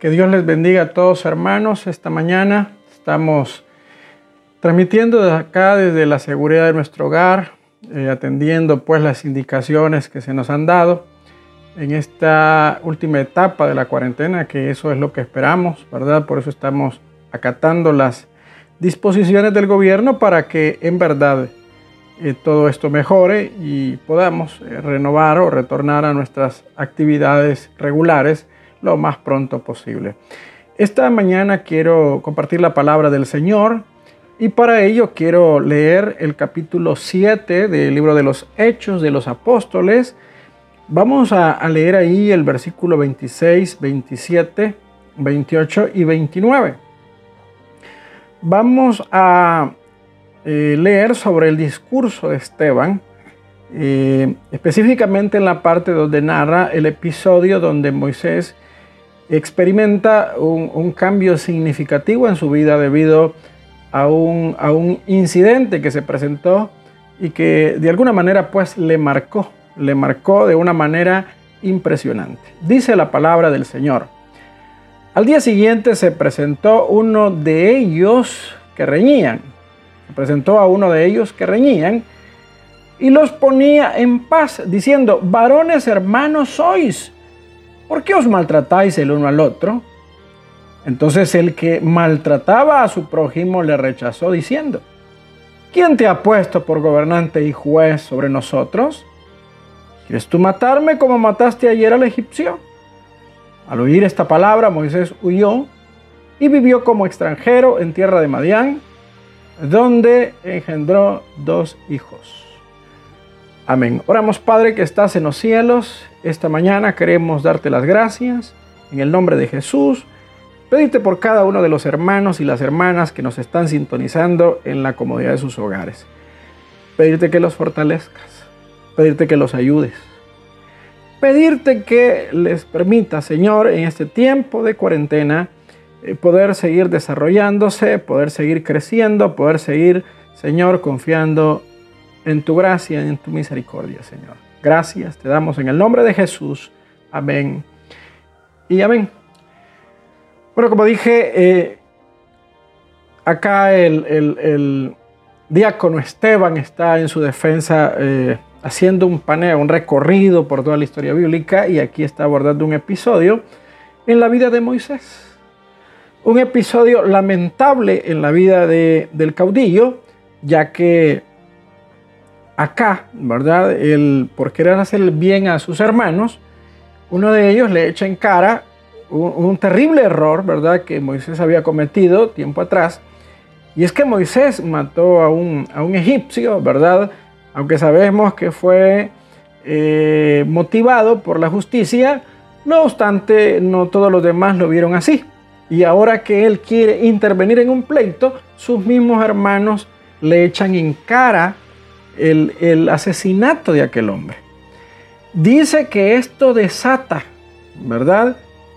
Que Dios les bendiga a todos, hermanos. Esta mañana estamos transmitiendo desde acá, desde la seguridad de nuestro hogar, atendiendo pues las indicaciones que se nos han dado en esta última etapa de la cuarentena, que eso es lo que esperamos, ¿verdad? Por eso estamos acatando las disposiciones del gobierno para que en verdad todo esto mejore y podamos renovar o retornar a nuestras actividades regulares lo más pronto posible. Esta mañana quiero compartir la palabra del Señor y para ello quiero leer el capítulo 7 del libro de los Hechos de los Apóstoles. Vamos a leer ahí el versículo 26, 27, 28 y 29. Vamos a leer sobre el discurso de Esteban, específicamente en la parte donde narra el episodio donde Moisés experimenta un cambio significativo en su vida debido a un incidente que se presentó y que de alguna manera pues le marcó de una manera impresionante. Dice la palabra del Señor: al día siguiente se presentó uno de ellos que reñían. Se presentó a uno de ellos que reñían y los ponía en paz, diciendo: varones hermanos sois, ¿por qué os maltratáis el uno al otro? Entonces el que maltrataba a su prójimo le rechazó, diciendo: ¿quién te ha puesto por gobernante y juez sobre nosotros? ¿Quieres tú matarme como mataste ayer al egipcio? Al oír esta palabra, Moisés huyó y vivió como extranjero en tierra de Madián, donde engendró 2 hijos. Amén. Oramos, Padre que estás en los cielos. Esta mañana queremos darte las gracias en el nombre de Jesús. Pedirte por cada uno de los hermanos y las hermanas que nos están sintonizando en la comodidad de sus hogares. Pedirte que los fortalezcas. Pedirte que los ayudes. Pedirte que les permita, Señor, en este tiempo de cuarentena, poder seguir desarrollándose, poder seguir creciendo, poder seguir, Señor, confiando en tu gracia y en tu misericordia, Señor. Gracias te damos en el nombre de Jesús. Amén y amén. Bueno, como dije, acá el diácono Esteban está en su defensa haciendo un paneo, un recorrido por toda la historia bíblica, y aquí está abordando un episodio en la vida de Moisés. Un episodio lamentable en la vida del caudillo, ya que acá, ¿verdad? Por querer hacer el bien a sus hermanos, uno de ellos le echa en cara un terrible error, ¿verdad?, que Moisés había cometido tiempo atrás. Y es que Moisés mató a un egipcio, ¿verdad?, aunque sabemos que fue motivado por la justicia. No obstante, no todos los demás lo vieron así. Y ahora que él quiere intervenir en un pleito, sus mismos hermanos le echan en cara el asesinato de aquel hombre. Dice que esto desata, ¿verdad?,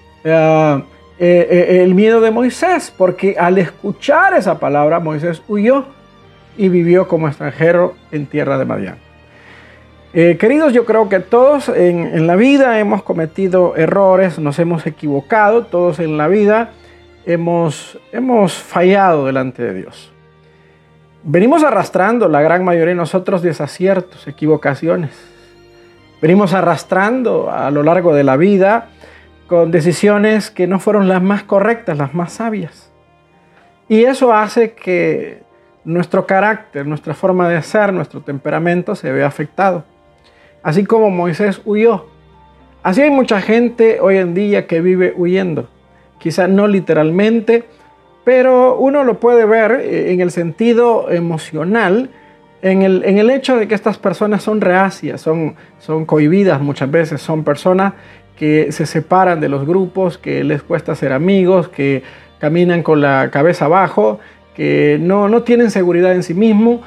el miedo de Moisés, porque al escuchar esa palabra, Moisés huyó y vivió como extranjero en tierra de Madián. Queridos, yo creo que todos en la vida hemos cometido errores, nos hemos equivocado, todos en la vida hemos fallado delante de Dios. Venimos arrastrando, la gran mayoría de nosotros, desaciertos, equivocaciones. Venimos arrastrando a lo largo de la vida con decisiones que no fueron las más correctas, las más sabias. Y eso hace que nuestro carácter, nuestra forma de ser, nuestro temperamento se vea afectado. Así como Moisés huyó. Así hay mucha gente hoy en día que vive huyendo. Quizá no literalmente, pero uno lo puede ver en el sentido emocional, en el hecho de que estas personas son reacias, son cohibidas muchas veces, son personas que se separan de los grupos, que les cuesta ser amigos, que caminan con la cabeza abajo, que no tienen seguridad en sí mismos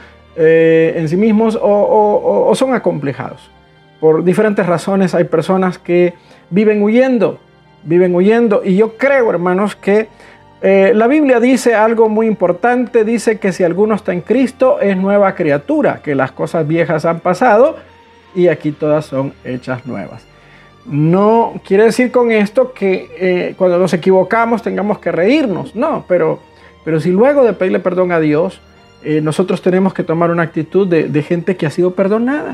o son acomplejados. Por diferentes razones hay personas que viven huyendo. Y yo creo, hermanos, que la Biblia dice algo muy importante. Dice que si alguno está en Cristo es nueva criatura, que las cosas viejas han pasado y aquí todas son hechas nuevas. No quiere decir con esto que cuando nos equivocamos tengamos que reírnos, no, pero si luego de pedirle perdón a Dios, nosotros tenemos que tomar una actitud de gente que ha sido perdonada.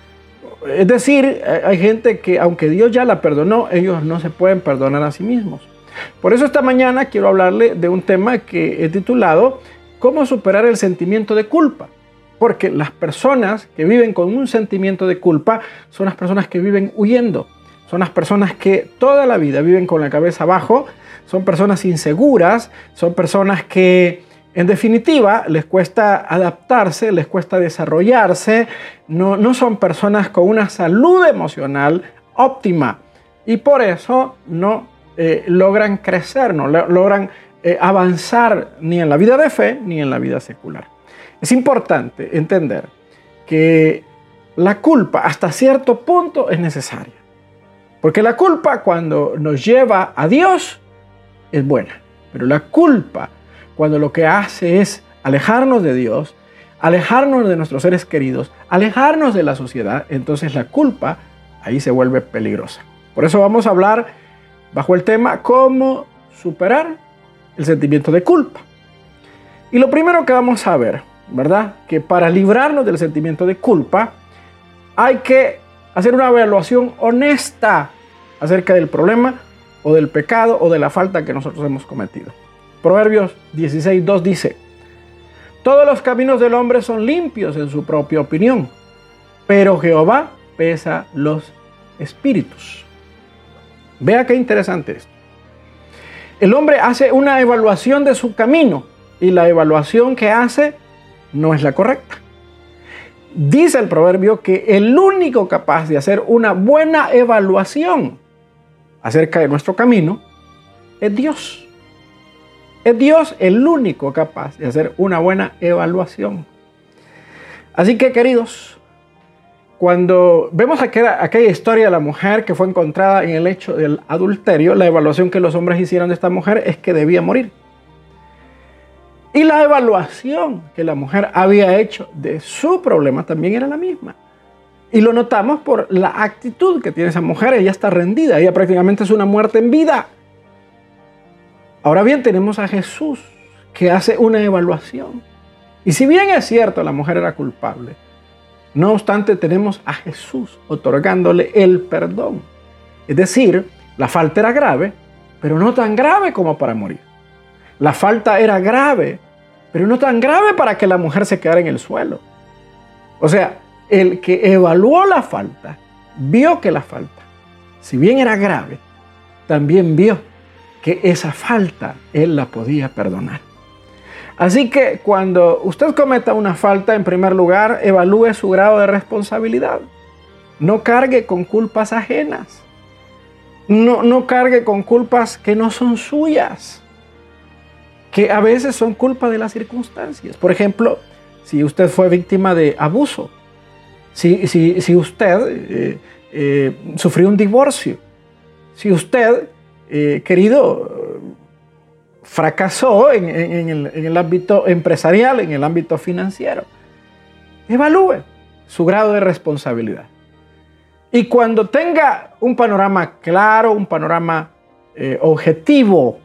Es decir, hay gente que aunque Dios ya la perdonó, ellos no se pueden perdonar a sí mismos. Por eso esta mañana quiero hablarle de un tema que he titulado ¿Cómo superar el sentimiento de culpa? Porque las personas que viven con un sentimiento de culpa son las personas que viven huyendo. Son las personas que toda la vida viven con la cabeza abajo, son personas inseguras, son personas que en definitiva les cuesta adaptarse, les cuesta desarrollarse, no son personas con una salud emocional óptima y por eso no logran crecer, no logran avanzar ni en la vida de fe ni en la vida secular. Es importante entender que la culpa hasta cierto punto es necesaria. Porque la culpa cuando nos lleva a Dios es buena. Pero la culpa cuando lo que hace es alejarnos de Dios, alejarnos de nuestros seres queridos, alejarnos de la sociedad, entonces la culpa ahí se vuelve peligrosa. Por eso vamos a hablar bajo el tema cómo superar el sentimiento de culpa. Y lo primero que vamos a ver, ¿verdad? Que para librarnos del sentimiento de culpa hay que hacer una evaluación honesta acerca del problema o del pecado o de la falta que nosotros hemos cometido. Proverbios 16:2 dice: todos los caminos del hombre son limpios en su propia opinión, pero Jehová pesa los espíritus. Vea qué interesante esto. El hombre hace una evaluación de su camino y la evaluación que hace no es la correcta. Dice el proverbio que el único capaz de hacer una buena evaluación acerca de nuestro camino es Dios. Es Dios el único capaz de hacer una buena evaluación. Así que, queridos, cuando vemos aquella historia de la mujer que fue encontrada en el hecho del adulterio, la evaluación que los hombres hicieron de esta mujer es que debía morir. Y la evaluación que la mujer había hecho de su problema también era la misma. Y lo notamos por la actitud que tiene esa mujer. Ella está rendida, ella prácticamente es una muerte en vida. Ahora bien, tenemos a Jesús que hace una evaluación. Y si bien es cierto, la mujer era culpable, no obstante tenemos a Jesús otorgándole el perdón. Es decir, la falta era grave, pero no tan grave como para morir. La falta era grave, pero no tan grave para que la mujer se quedara en el suelo. O sea, el que evaluó la falta, vio que la falta, si bien era grave, también vio que esa falta él la podía perdonar. Así que cuando usted cometa una falta, en primer lugar, evalúe su grado de responsabilidad. No cargue con culpas ajenas. No cargue con culpas que no son suyas, que a veces son culpa de las circunstancias. Por ejemplo, si usted fue víctima de abuso, si usted sufrió un divorcio, si usted, querido, fracasó en el ámbito empresarial, en el ámbito financiero, evalúe su grado de responsabilidad. Y cuando tenga un panorama claro, un panorama objetivo,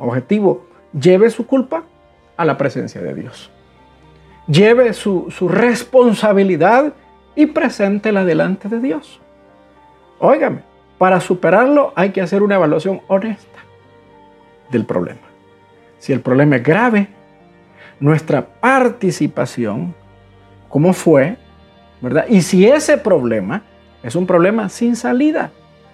lleve su culpa a la presencia de Dios. Lleve su responsabilidad y preséntela delante de Dios. Óigame, para superarlo hay que hacer una evaluación honesta del problema. Si el problema es grave, nuestra participación, ¿cómo fue? ¿Verdad? Y si ese problema es un problema sin salida.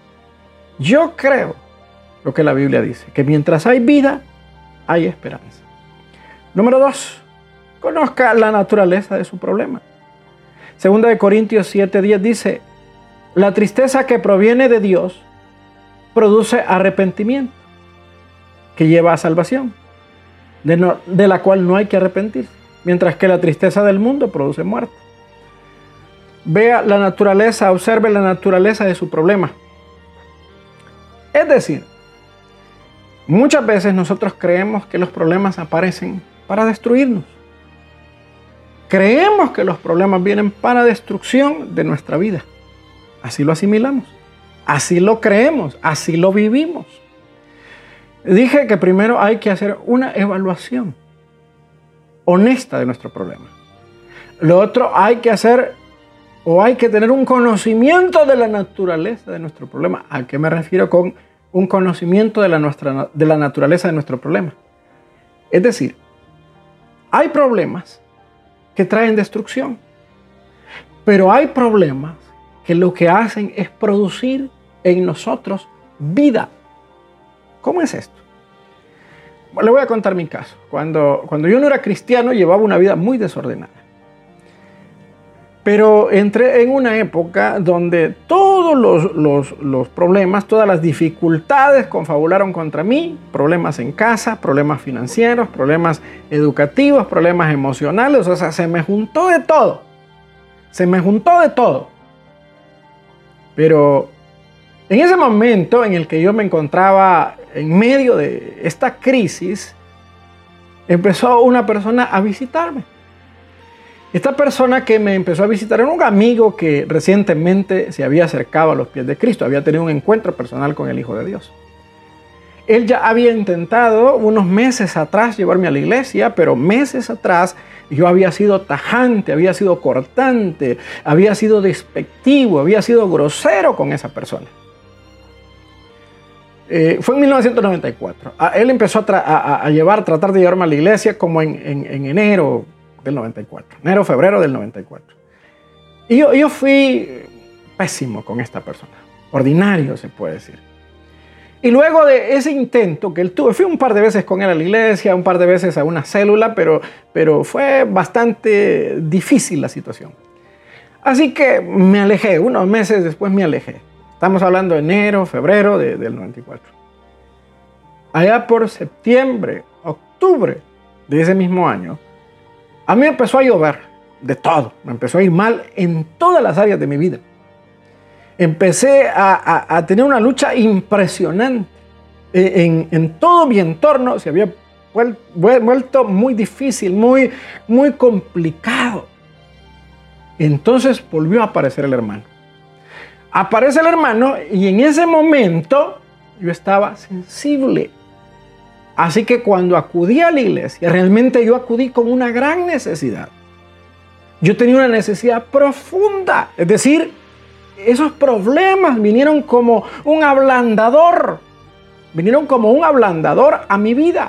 Yo creo lo que la Biblia dice, que mientras hay vida, hay esperanza. Número 2, conozca la naturaleza de su problema. Segunda de Corintios 7:10 dice: la tristeza que proviene de Dios produce arrepentimiento, que lleva a salvación, de la cual no hay que arrepentirse, mientras que la tristeza del mundo produce muerte. Vea la naturaleza, observe la naturaleza de su problema. Es decir, muchas veces nosotros creemos que los problemas aparecen para destruirnos. Creemos que los problemas vienen para destrucción de nuestra vida. Así lo asimilamos. Así lo creemos, así lo vivimos. Dije que primero hay que hacer una evaluación honesta de nuestro problema. Lo otro, hay que tener un conocimiento de la naturaleza de nuestro problema. ¿A qué me refiero con un conocimiento de la naturaleza de nuestro problema? Es decir, hay problemas que traen destrucción, pero hay problemas que lo que hacen es producir en nosotros vida. ¿Cómo es esto? Le voy a contar mi caso. Cuando yo no era cristiano, llevaba una vida muy desordenada. Pero entré en una época donde todos los problemas, todas las dificultades confabularon contra mí. Problemas en casa, problemas financieros, problemas educativos, problemas emocionales. O sea, se me juntó de todo. Pero en ese momento en el que yo me encontraba en medio de esta crisis, empezó una persona a visitarme. Esta persona que me empezó a visitar era un amigo que recientemente se había acercado a los pies de Cristo, había tenido un encuentro personal con el Hijo de Dios. Él ya había intentado unos meses atrás llevarme a la iglesia, pero meses atrás yo había sido tajante, había sido cortante, había sido despectivo, había sido grosero con esa persona. Fue en 1994. Él empezó a tratar de llevarme a la iglesia como en enero del 94. Enero, febrero del 94. Y yo fui pésimo con esta persona. Ordinario, se puede decir. Y luego de ese intento que él tuvo, fui un par de veces con él a la iglesia, un par de veces a una célula, pero fue bastante difícil la situación. Así que me alejé, unos meses después me alejé. Estamos hablando de enero, febrero del 94. Allá por septiembre, octubre de ese mismo año, a mí me empezó a llover de todo. Me empezó a ir mal en todas las áreas de mi vida. Empecé a tener una lucha impresionante. En todo mi entorno se había vuelto muy difícil, muy complicado. Entonces volvió a aparecer el hermano. Aparece el hermano y en ese momento yo estaba sensible. Así que cuando acudí a la iglesia, realmente yo acudí con una gran necesidad. Yo tenía una necesidad profunda. Es decir, esos problemas vinieron como un ablandador. Vinieron como un ablandador a mi vida.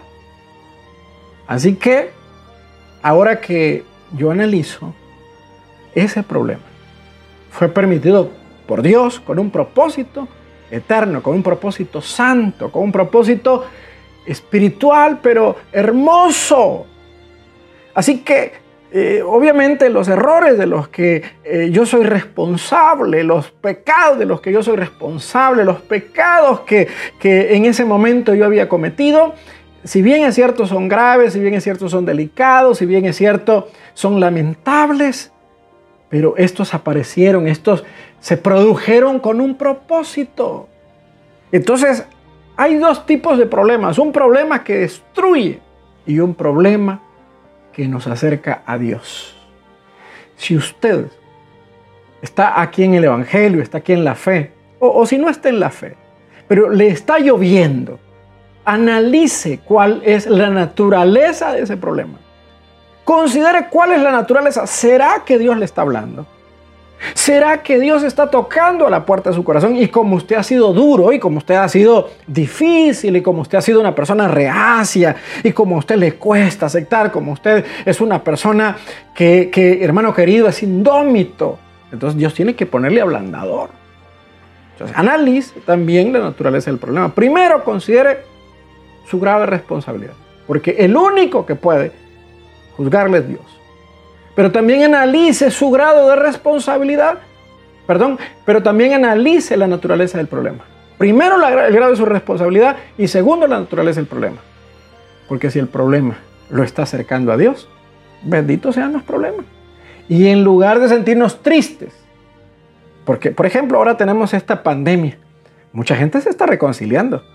Así que ahora que yo analizo, ese problema fue permitido por Dios con un propósito eterno, con un propósito santo, con un propósito espiritual, pero hermoso. Así que obviamente los errores de los que yo soy responsable, los pecados de los que yo soy responsable, los pecados que en ese momento yo había cometido, si bien es cierto son graves, si bien es cierto son delicados, si bien es cierto son lamentables, pero estos aparecieron, estos se produjeron con un propósito. Entonces, hay dos tipos de problemas. Un problema que destruye y un problema que nos acerca a Dios. Si usted está aquí en el Evangelio, está aquí en la fe, o si no está en la fe, pero le está lloviendo, analice cuál es la naturaleza de ese problema. Considere cuál es la naturaleza. ¿Será que Dios le está hablando? ¿Será que Dios está tocando a la puerta de su corazón? Y como usted ha sido duro, y como usted ha sido difícil, y como usted ha sido una persona reacia, y como a usted le cuesta aceptar, como usted es una persona que hermano querido, es indómito, entonces Dios tiene que ponerle ablandador. Entonces analice también la naturaleza del problema. Primero considere su grave responsabilidad, porque el único que puede juzgarle es Dios. Pero también analice su grado de responsabilidad, pero también analice la naturaleza del problema. Primero el grado de su responsabilidad y segundo la naturaleza del problema. Porque si el problema lo está acercando a Dios, benditos sean los problemas. Y en lugar de sentirnos tristes, porque por ejemplo ahora tenemos esta pandemia, mucha gente se está reconciliando.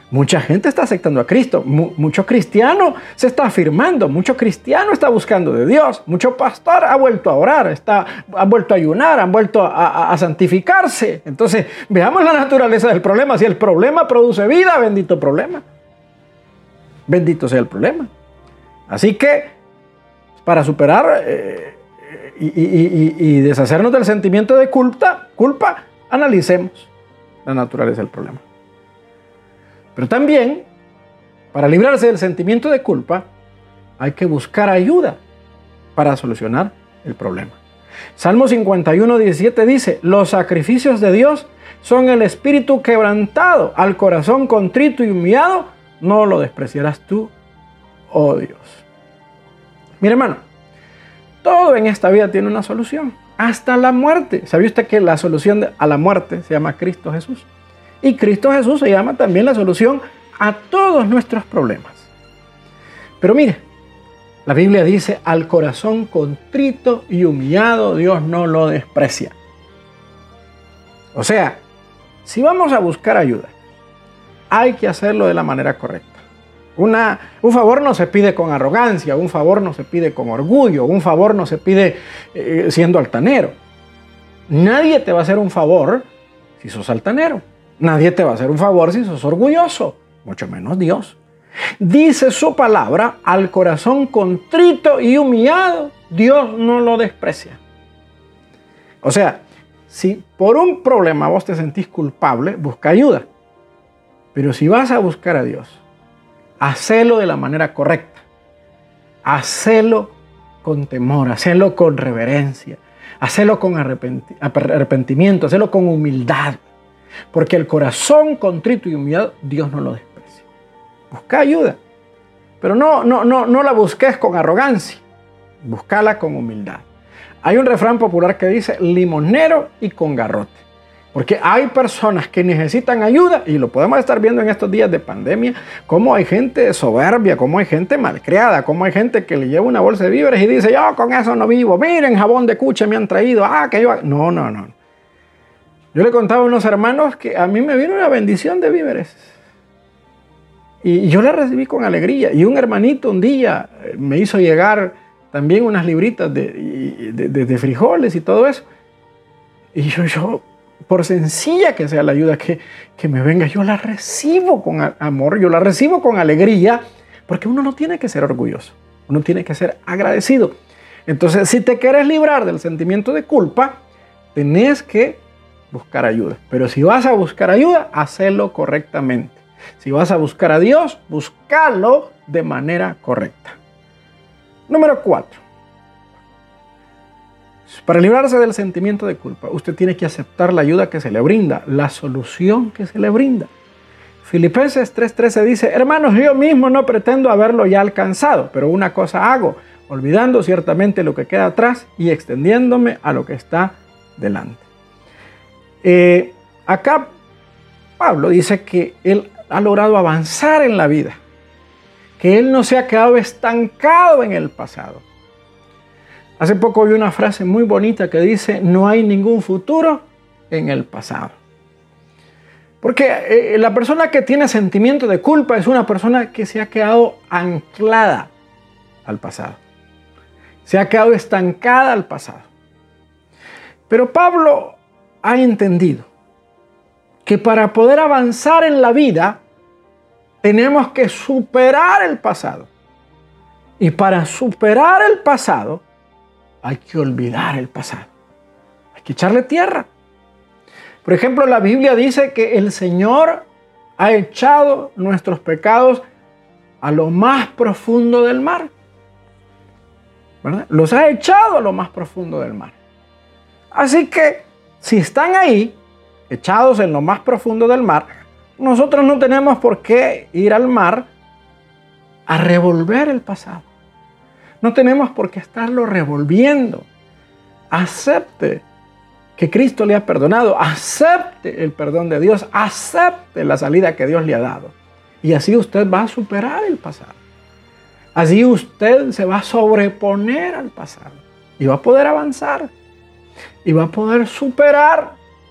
Mucha gente está aceptando a Cristo, mucho cristiano se está afirmando, mucho cristiano está buscando de Dios, mucho pastor ha vuelto a orar, ha vuelto a ayunar, han vuelto a santificarse. Entonces, veamos la naturaleza del problema. Si el problema produce vida, bendito problema. Bendito sea el problema. Así que, para superar y deshacernos del sentimiento de culpa, analicemos la naturaleza del problema. Pero también, para librarse del sentimiento de culpa, hay que buscar ayuda para solucionar el problema. Salmo 51:17 dice: los sacrificios de Dios son el espíritu quebrantado, al corazón contrito y humillado, no lo despreciarás tú, oh Dios. Mire, hermano, todo en esta vida tiene una solución, hasta la muerte. ¿Sabía usted que la solución a la muerte se llama Cristo Jesús? Y Cristo Jesús se llama también la solución a todos nuestros problemas. Pero mire, la Biblia dice: al corazón contrito y humillado Dios no lo desprecia. O sea, si vamos a buscar ayuda, hay que hacerlo de la manera correcta. Un favor no se pide con arrogancia, un favor no se pide con orgullo, un favor no se pide siendo altanero. Nadie te va a hacer un favor si sos altanero. Nadie te va a hacer un favor si sos orgulloso, mucho menos Dios. Dice su palabra: al corazón contrito y humillado, Dios no lo desprecia. O sea, si por un problema vos te sentís culpable, busca ayuda. Pero si vas a buscar a Dios, hacelo de la manera correcta. Hacelo con temor, hacelo con reverencia, hacelo con arrepentimiento, hacelo con humildad. Porque el corazón contrito y humillado, Dios no lo desprecia. Busca ayuda, pero no la busques con arrogancia. Búscala con humildad. Hay un refrán popular que dice: limonero y con garrote. Porque hay personas que necesitan ayuda, y lo podemos estar viendo en estos días de pandemia, cómo hay gente soberbia, cómo hay gente malcriada, cómo hay gente que le lleva una bolsa de víveres y dice: yo con eso no vivo, miren, jabón de cuche me han traído, que yo... No. Yo le contaba a unos hermanos que a mí me vino una bendición de víveres. Y yo la recibí con alegría. Y un hermanito un día me hizo llegar también unas libritas de frijoles y todo eso. Y yo, por sencilla que sea la ayuda que me venga, yo la recibo con amor, yo la recibo con alegría, porque uno no tiene que ser orgulloso, uno tiene que ser agradecido. Entonces, si te quieres librar del sentimiento de culpa, tenés que buscar ayuda. Pero si vas a buscar ayuda, hacelo correctamente. Si vas a buscar a Dios, búscalo de manera correcta. Número 4. Para librarse del sentimiento de culpa, usted tiene que aceptar la ayuda que se le brinda, la solución que se le brinda. Filipenses 3:13 dice: hermanos, yo mismo no pretendo haberlo ya alcanzado, pero una cosa hago, olvidando ciertamente lo que queda atrás y extendiéndome a lo que está delante. Acá Pablo dice que él ha logrado avanzar en la vida, que él no se ha quedado estancado en el pasado. Hace poco vi una frase muy bonita que dice: no hay ningún futuro en el pasado. Porque la persona que tiene sentimiento de culpa es una persona que se ha quedado anclada al pasado. Se ha quedado estancada al pasado. Pero Pablo ha entendido que para poder avanzar en la vida tenemos que superar el pasado. Y para superar el pasado hay que olvidar el pasado. Hay que echarle tierra. Por ejemplo, la Biblia dice que el Señor ha echado nuestros pecados a lo más profundo del mar. ¿Verdad? Los ha echado a lo más profundo del mar. Así que si están ahí, echados en lo más profundo del mar, nosotros no tenemos por qué ir al mar a revolver el pasado. No tenemos por qué estarlo revolviendo. Acepte que Cristo le ha perdonado. Acepte el perdón de Dios. Acepte la salida que Dios le ha dado. Y así usted va a superar el pasado. Así usted se va a sobreponer al pasado. Y va a poder avanzar. Y va a poder superar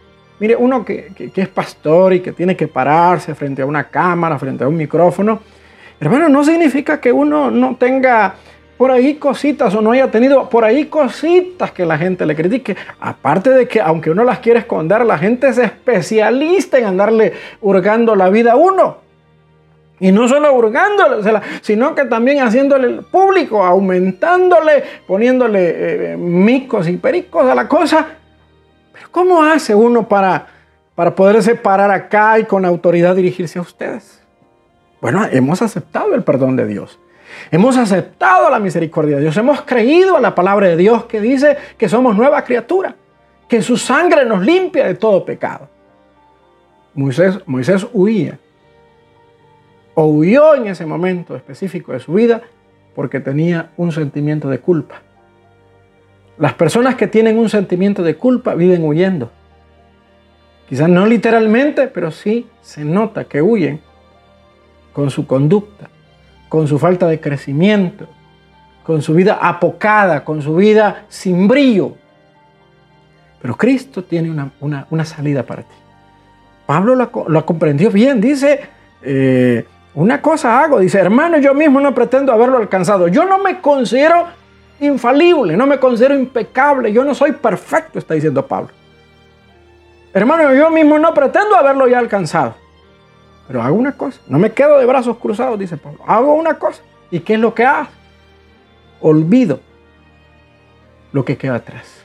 Mire, uno que es pastor y que tiene que pararse frente a una cámara, frente a un micrófono, hermano, no significa que uno no tenga por ahí cositas o no haya tenido por ahí cositas que la gente le critique. Aparte de que, aunque uno las quiere esconder, la gente es especialista en andarle hurgando la vida a uno. Y no solo hurgándole, sino que también haciéndole el público, aumentándole, poniéndole micos y pericos a la cosa. Pero ¿cómo hace uno para poderse parar acá y con autoridad dirigirse a ustedes? Bueno, hemos aceptado el perdón de Dios. Hemos aceptado la misericordia de Dios. Hemos creído a la palabra de Dios que dice que somos nueva criatura, que su sangre nos limpia de todo pecado. Moisés huía, o huyó en ese momento específico de su vida porque tenía un sentimiento de culpa. Las personas que tienen un sentimiento de culpa viven huyendo. Quizás no literalmente, pero sí se nota que huyen con su conducta, con su falta de crecimiento, con su vida apocada, con su vida sin brillo. Pero Cristo tiene una salida para ti. Pablo lo comprendió bien. Dice, una cosa hago. Dice, hermano, yo mismo no pretendo haberlo alcanzado. Yo no me considero infalible, no me considero impecable. Yo no soy perfecto, está diciendo Pablo. Hermano, yo mismo no pretendo haberlo ya alcanzado. Pero hago una cosa, no me quedo de brazos cruzados, dice Pablo. Hago una cosa. ¿Y qué es lo que hago? Olvido lo que queda atrás.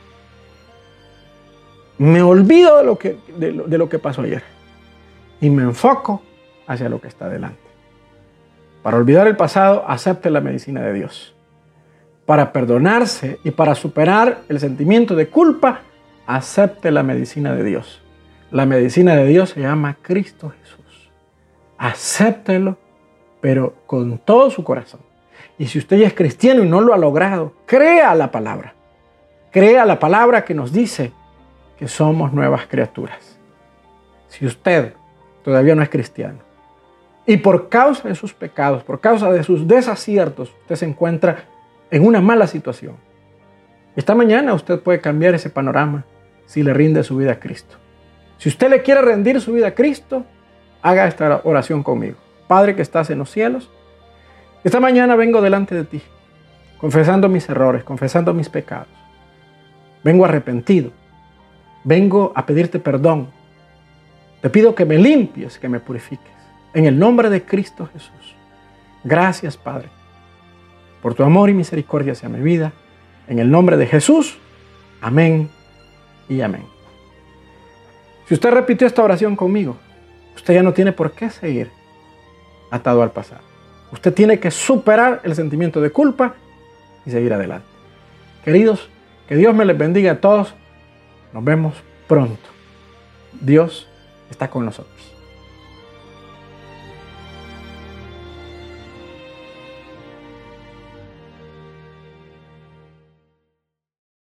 Me olvido de lo que pasó ayer. Y me enfoco hacia lo que está delante. Para olvidar el pasado, acepte la medicina de Dios. Para perdonarse y para superar el sentimiento de culpa, acepte la medicina de Dios. La medicina de Dios se llama Cristo Jesús. Acéptelo, pero con todo su corazón. Y si usted ya es cristiano y no lo ha logrado, crea la palabra. Crea la palabra que nos dice que somos nuevas criaturas. Si usted todavía no es cristiano y por causa de sus pecados, por causa de sus desaciertos, usted se encuentra en una mala situación, esta mañana usted puede cambiar ese panorama si le rinde su vida a Cristo. Si usted le quiere rendir su vida a Cristo, haga esta oración conmigo. Padre que estás en los cielos, esta mañana vengo delante de ti, confesando mis errores, confesando mis pecados. Vengo arrepentido, vengo a pedirte perdón. Te pido que me limpies, que me purifiques. En el nombre de Cristo Jesús. Gracias, Padre, por tu amor y misericordia hacia mi vida. En el nombre de Jesús. Amén y amén. Si usted repitió esta oración conmigo, usted ya no tiene por qué seguir atado al pasado. Usted tiene que superar el sentimiento de culpa y seguir adelante. Queridos, que Dios me les bendiga a todos. Nos vemos pronto. Dios está con nosotros.